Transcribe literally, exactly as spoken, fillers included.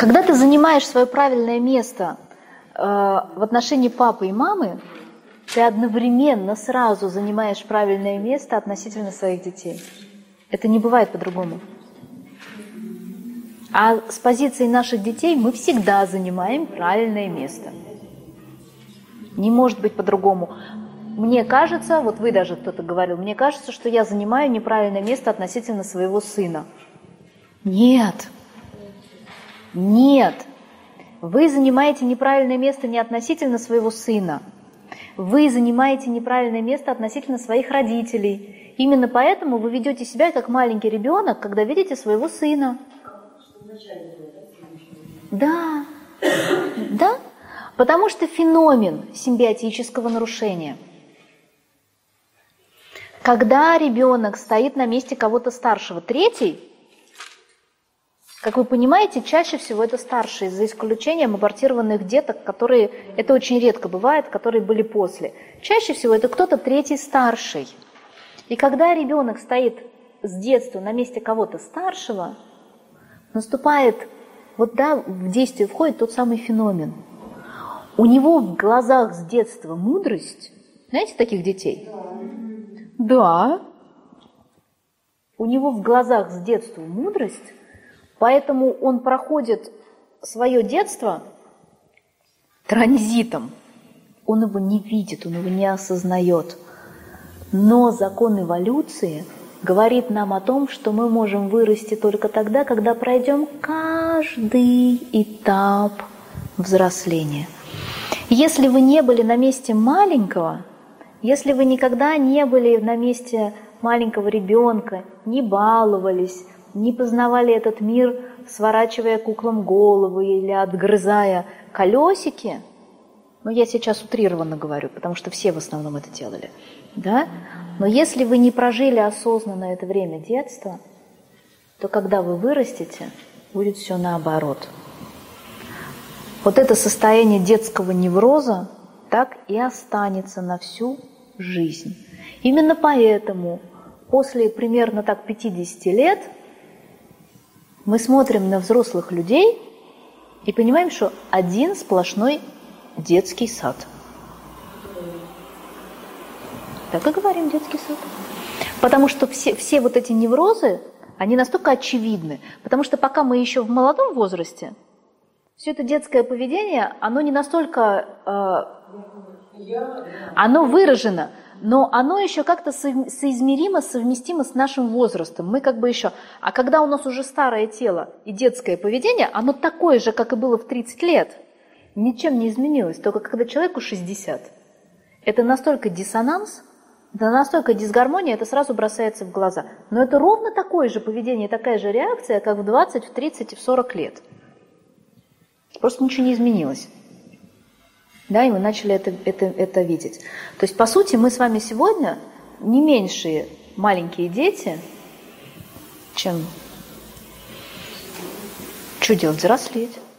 Когда ты занимаешь свое правильное место э, в отношении папы и мамы, ты одновременно сразу занимаешь правильное место относительно своих детей. Это не бывает по-другому. А с позиции наших детей мы всегда занимаем правильное место. Не может быть по-другому. Мне кажется, вот вы даже кто-то говорил, мне кажется, что я занимаю неправильное место относительно своего сына. Нет. Нет. Вы занимаете неправильное место не относительно своего сына. Вы занимаете неправильное место относительно своих родителей. Именно поэтому вы ведете себя как маленький ребенок, когда видите своего сына. Да, да, потому что феномен симбиотического нарушения. Когда ребенок стоит на месте кого-то старшего, третий, как вы понимаете, чаще всего это старшие, за исключением абортированных деток, которые, это очень редко бывает, которые были после. Чаще всего это кто-то третий старший. И когда ребенок стоит с детства на месте кого-то старшего, наступает, вот да, в действие входит тот самый феномен. У него в глазах с детства мудрость. Знаете таких детей? Да. У него в глазах с детства мудрость, поэтому он проходит свое детство транзитом. Он его не видит, он его не осознает. Но закон эволюции говорит нам о том, что мы можем вырасти только тогда, когда пройдем каждый этап взросления. Если вы не были на месте маленького, если вы никогда не были на месте маленького ребенка, не баловались, не познавали этот мир, сворачивая куклам головы или отгрызая колесики, ну я сейчас утрированно говорю, потому что все в основном это делали, да? Но если вы не прожили осознанно это время детства, то когда вы вырастете, будет все наоборот. Вот это состояние детского невроза так и останется на всю жизнь. Именно поэтому после примерно так пятидесяти лет мы смотрим на взрослых людей и понимаем, что один сплошной детский сад. Так и говорим, детский сад. Потому что все, все вот эти неврозы, они настолько очевидны. Потому что пока мы еще в молодом возрасте, все это детское поведение, оно не настолько... Э, оно выражено, но оно еще как-то соизмеримо, совместимо с нашим возрастом. Мы как бы еще... А когда у нас уже старое тело и детское поведение, оно такое же, как и было в тридцать лет. Ничем не изменилось, только когда человеку шестьдесят. Это настолько диссонанс, это настолько дисгармония, это сразу бросается в глаза. Но это ровно такое же поведение, такая же реакция, как в двадцать, в тридцать и в сорок лет. Просто ничего не изменилось. Да, и мы начали это, это, это видеть. То есть, по сути, мы с вами сегодня не меньшие маленькие дети, чем что делать, взрослеть.